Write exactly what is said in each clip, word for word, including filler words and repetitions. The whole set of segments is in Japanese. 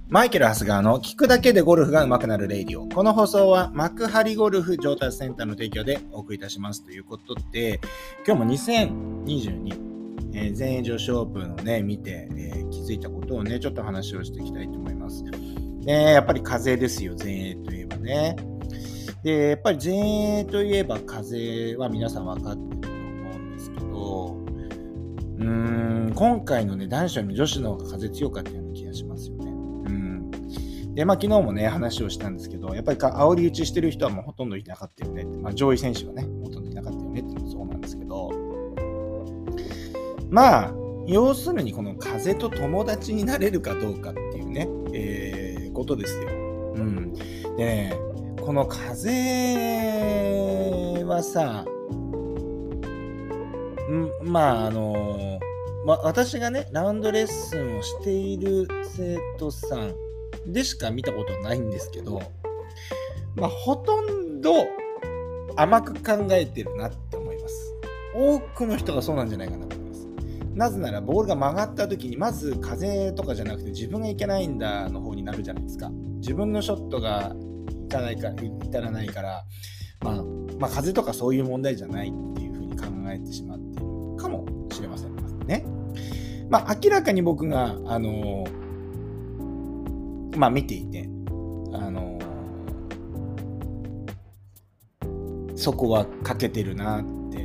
マイケル・ハスガーの聞くだけでゴルフが上手くなるレイディオ。この放送は幕張ゴルフ上達センターの提供でお送りいたしますということで、今日もにせんにじゅうに、えー、全英女子オープンをね見て、えー、気づいたことをねちょっと話をしていきたいと思います。でやっぱり風ですよ、全英といえばね。でやっぱり全英といえば風は皆さん分かってると思うんですけど、うーん今回のね男子よりも女子の方が風強かったような気がしますよね。でまあ、昨日もね話をしたんですけど、やっぱりか煽り打ちしてる人はもうほとんどいなかったよねって、まあ、上位選手はねほとんどいなかったよねっていうのもそうなんですけど、まあ要するにこの風と友達になれるかどうかっていうね、えー、ことですよ。うん、でねこの風はさ、んまああのまあ、私がねラウンドレッスンをしている生徒さんでしか見たことないんですけど、まあ、ほとんど甘く考えてるなって思います。多くの人がそうなんじゃないかなと思います。なぜならボールが曲がった時にまず風とかじゃなくて自分がいけないんだの方になるじゃないですか。自分のショットがいかないか至らないから、まあ、まあ風とかそういう問題じゃないっていうふうに考えてしまっているかもしれませんね。まあ明らかに僕があのまあ見ていて、あのー、そこは欠けてるなって、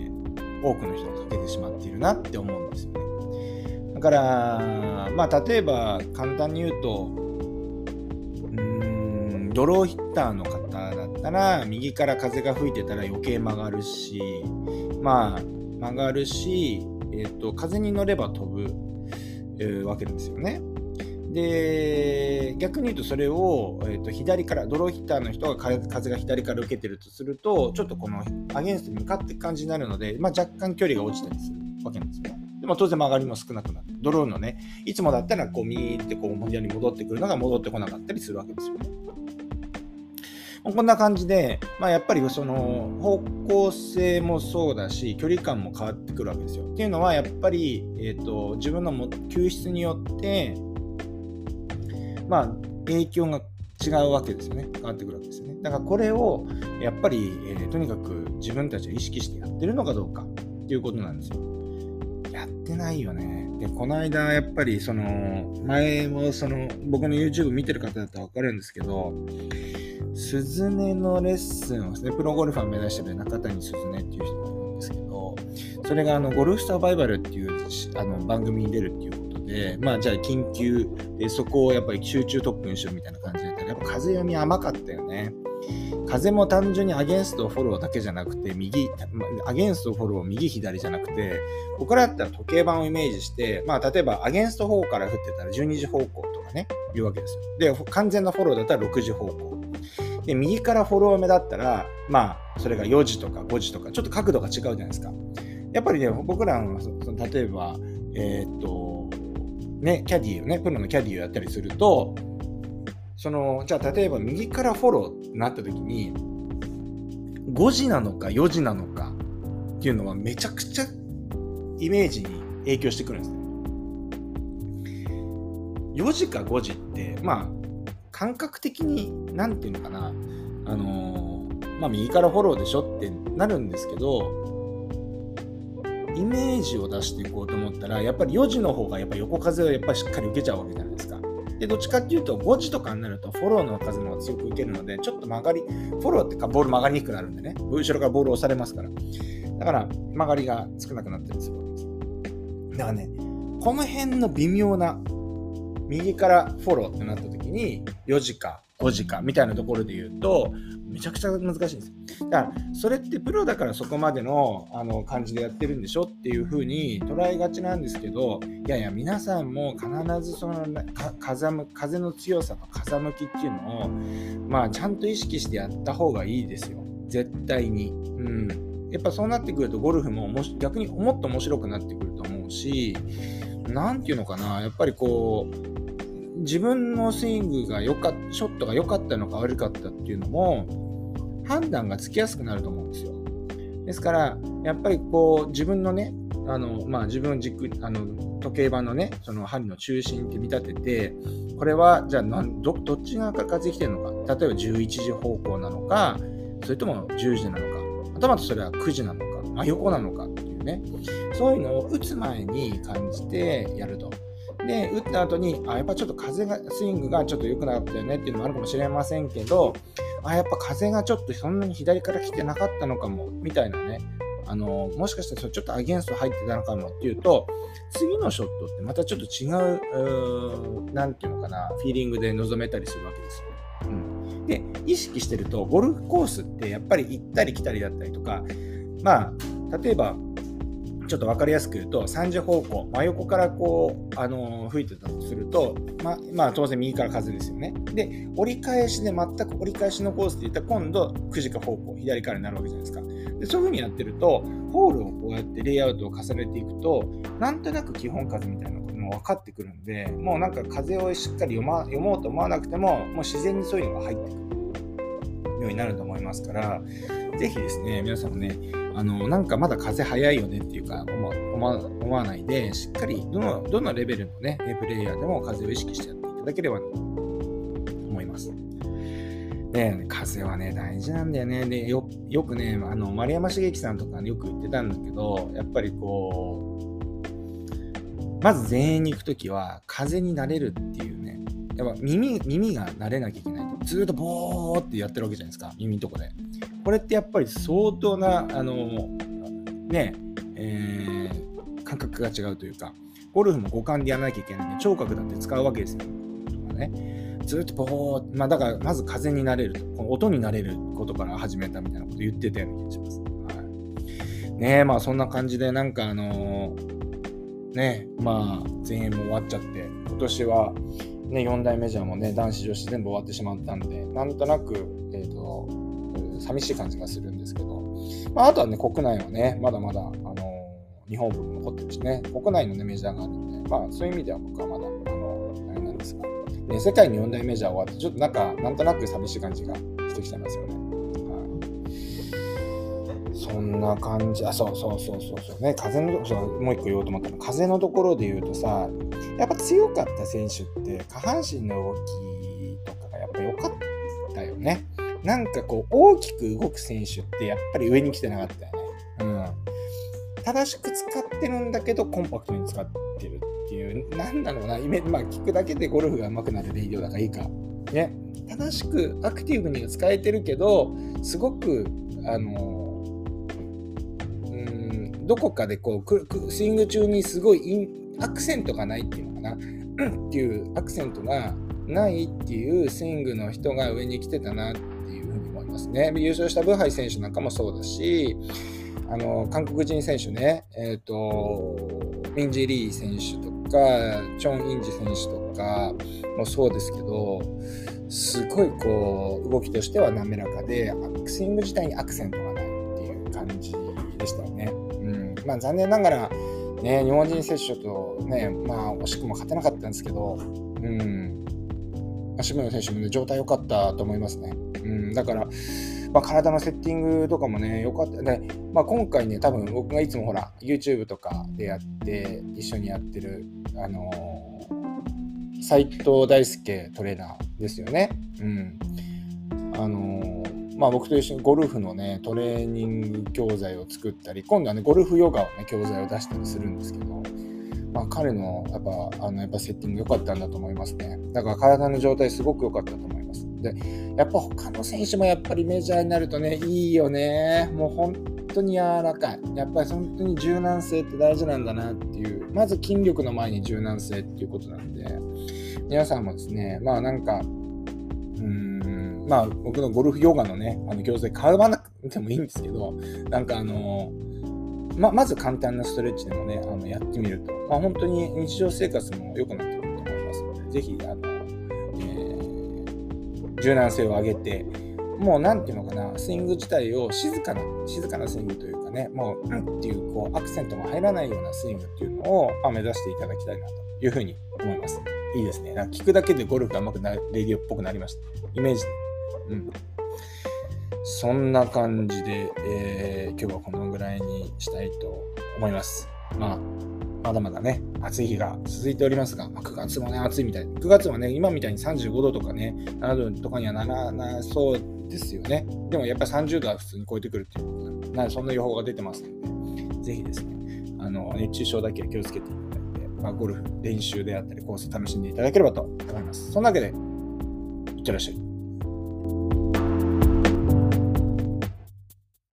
多くの人が欠けてしまっているなって思うんですよね。だからまあ例えば簡単に言うと、うーんドローヒッターの方だったら右から風が吹いてたら余計曲がるし、まあ曲がるし、えーと、風に乗れば飛ぶ、えー、わけですよね。で逆に言うとそれを、えーと左からドローヒッターの人が風が左から受けてるとすると、ちょっとこのアゲンストに向かっていく感じになるので、まあ、若干距離が落ちたりするわけなんですよ。でも当然曲がりも少なくなる。ドローのねいつもだったらこう右ってこう左に戻ってくるのが戻ってこなかったりするわけですよね。こんな感じで、まあ、やっぱりその方向性もそうだし距離感も変わってくるわけですよ。っていうのはやっぱり、えーと自分の球質によってまあ影響が違うわけですよね。変わってくるわけですよね。だからこれをやっぱり、えー、とにかく自分たちは意識してやってるのかどうかっていうことなんですよ。やってないよね。でこの間やっぱりその前もその僕の YouTube 見てる方だったら分かるんですけど、スズネのレッスンをですね、プロゴルファー目指してる中谷スズネっていう人がいるんですけど、それがあのゴルフサバイバルっていうあの番組に出るっていうことで、まあじゃあ緊急でそこをやっぱり集中特訓しようみたいな感じだったら、やっぱ風読み甘かったよね。風も単純にアゲンストフォローだけじゃなくて、右アゲンストフォロー右左じゃなくて、僕らだったら時計盤をイメージして、まあ例えばアゲンスト方から振ってたらじゅうにじ方向とかねいうわけですよ。で完全なフォローだったらろくじ方向で、右からフォロー目だったらまあそれがよじとかごじとかちょっと角度が違うじゃないですか。やっぱりね僕らのその例えばえー、っとねキャディーをねプロのキャディーをやったりすると、そのじゃあ例えば右からフォローになった時にごじなのかよじなのかっていうのはめちゃくちゃイメージに影響してくるんですね。よじかごじってまあ感覚的になんていうのかな、あのー、まあ右からフォローでしょってなるんですけど、イメージを出していこうと思ったらやっぱりよじの方がやっぱ横風をやっぱりしっかり受けちゃうわけじゃないですか。でどっちかっていうとごじとかになるとフォローの風の方が強く受けるので、ちょっと曲がりフォローってかボール曲がりにくくなるんでね、後ろからボール押されますから、だから曲がりが少なくなったりするわけです。だからねこの辺の微妙な右からフォローってなった時によじかごじかみたいなところで言うとめちゃくちゃ難しいんですよ。だからそれってプロだからそこまでのあの感じでやってるんでしょっていう風に捉えがちなんですけど、いやいや皆さんも必ずその風向風の強さと風向きっていうのをまあちゃんと意識してやった方がいいですよ、絶対に。うん、やっぱそうなってくるとゴルフももし逆にもっと面白くなってくると思うし、なんていうのかな、やっぱりこう自分のスイングが良かったショットが良かったのか悪かったっていうのも判断がつきやすくなると思うんですよ。ですからやっぱりこう自分のねあのまあ自分を軸あの時計盤のねその針の中心って見立ててこれはじゃあなんどどっち側から風来てるのか、例えばじゅういちじ方向なのか、それともじゅうじなのか、はたまたそれはくじなのか、真横なのかっていうね、そういうのを打つ前に感じてやると。で、打った後に、あ、やっぱちょっと風が、スイングがちょっと良くなったよねっていうのもあるかもしれませんけど、あ、やっぱ風がちょっとそんなに左から来てなかったのかも、みたいなね。あの、もしかしたらちょっとアゲンスト入ってたのかもっていうと、次のショットってまたちょっと違う、うーなんていうのかな、フィーリングで臨めたりするわけですよ。うん。で、意識してると、ゴルフコースってやっぱり行ったり来たりだったりとか、まあ、例えば、ちょっと分かりやすく言うと、さんじ方向、真横からこう、あのー、吹いてたとすると、ま、まあ当然右から風ですよね。で、折り返しで全く折り返しのコースで言ったら今度くじか方向、左からになるわけじゃないですか。で、そういう風にやってると、ホールをこうやってレイアウトを重ねていくと、なんとなく基本風みたいなことも分かってくるんで、もうなんか風をしっかり読、ま、読もうと思わなくても、もう自然にそういうのが入ってくるようになると思いますから、ぜひですね、皆さんもね、あのなんかまだ風早いよねっていうか思わ、思わ、思わないで、しっかりどの、どのレベルのね、プレイヤーでも風を意識してやっていただければと思います。ね、風はね、大事なんだよね。で、よ、よくね、あの、丸山茂樹さんとかよく言ってたんだけど、やっぱりこう、まず前衛に行くときは風に慣れるっていうね、やっぱ耳、耳が慣れなきゃいけない。ずーっとボーってやってるわけじゃないですか、耳のとこで。これってやっぱり相当な、あの、ね、えー、感覚が違うというか、ゴルフも五感でやらなきゃいけないんで、聴覚だって使うわけですよ。とかね、ずっとボー、まあだからまず風になれると、この音になれることから始めたみたいなこと言ってたような気がします。はい、ねえ、まあそんな感じでなんかあのー、ね、まあ全英も終わっちゃって、今年はね、よん大メジャーもね、男子女子全部終わってしまったんで、なんとなく、えっと、寂しい感じがするんですけど、まあ、あとはね、国内はね、まだまだ、あのー、日本部も残ってるしね、国内のね、メジャーがあるんで、まあ、そういう意味では僕はまだ、あのー、あれなんですが、ね、世界のよん大メジャー終わって、ちょっとなんか、なんとなく寂しい感じがしてきてますよね。はい、そんな感じ、あ、そうそうそうそうそうね、風の、そうもう一個言おうと思ったの、風のところで言うとさ、やっぱ強かった選手って下半身の動きとかがやっぱ良かったよね。なんかこう大きく動く選手ってやっぱり上に来てなかったよね。うん。正しく使ってるんだけどコンパクトに使ってるっていう、なんだろうな、イメまあ聞くだけでゴルフが上手くなるレイディオだからいいか。ね。正しくアクティブに使えてるけど、すごくあのうん、どこかでこうスイング中にすごいインアクセントがないっていうのかなっていうアクセントがないっていうスイングの人が上に来てたなっていうふうに思いますね。優勝したブハイ選手なんかもそうだし、あの韓国人選手ね、えっとミンジー・リー選手とかチョン・インジ選手とかもそうですけど、すごいこう動きとしては滑らかで、スイング自体にアクセントがないっていう感じでしたよね。うん、まあ残念ながらね、日本人選手とね、まあ惜しくも勝てなかったんですけど、うん、渋野選手もね、状態良かったと思いますね。うん、だから、まあ、体のセッティングとかもね、良かったね。まあ、今回ね、多分僕がいつもほら、YouTube とかでやって、一緒にやってる、あのー、斉藤大輔トレーナーですよね。うん。あのー、まあ僕と一緒にゴルフのね、トレーニング教材を作ったり、今度はね、ゴルフヨガをね、教材を出したりするんですけど、まあ彼のやっぱ、あの、やっぱセッティング良かったんだと思いますね。だから体の状態すごく良かったと思います。で、やっぱ他の選手もやっぱりメジャーになるとね、いいよね。もう本当に柔らかい。やっぱり本当に柔軟性って大事なんだなっていう、まず筋力の前に柔軟性っていうことなんで、皆さんもですね、まあなんか、うーん、まあ僕のゴルフヨガのね、あの教材買わなくてもいいんですけど、なんかあの、ま, まず簡単なストレッチでもね、あのやってみると、まあ、本当に日常生活も良くなってくると思いますので、ぜひあの、えー、柔軟性を上げて、もうなんていうのかな、スイング自体を静かな静かなスイングというかね、もううんっていうこうアクセントが入らないようなスイングっていうのを、まあ、目指していただきたいなというふうに思います。いいですね。なんか聞くだけでゴルフが上手くなる、レディオっぽくなりました。イメージで。うん。そんな感じで、えー、今日はこのぐらいにしたいと思います。まあ、 まだまだね、暑い日が続いておりますが、まあ、くがつもね、暑いみたい。くがつはね、今みたいにさんじゅうごどとかね、ななどとかにはならなそうですよね。でもやっぱりさんじゅうどは普通に超えてくるっていうことなので、そんな予報が出てますので、ぜひですね、あの熱中症だけ気をつけていただいて、まあ、ゴルフ、練習であったり、コース楽しんでいただければと思います。そんなわけで、いってらっしゃい。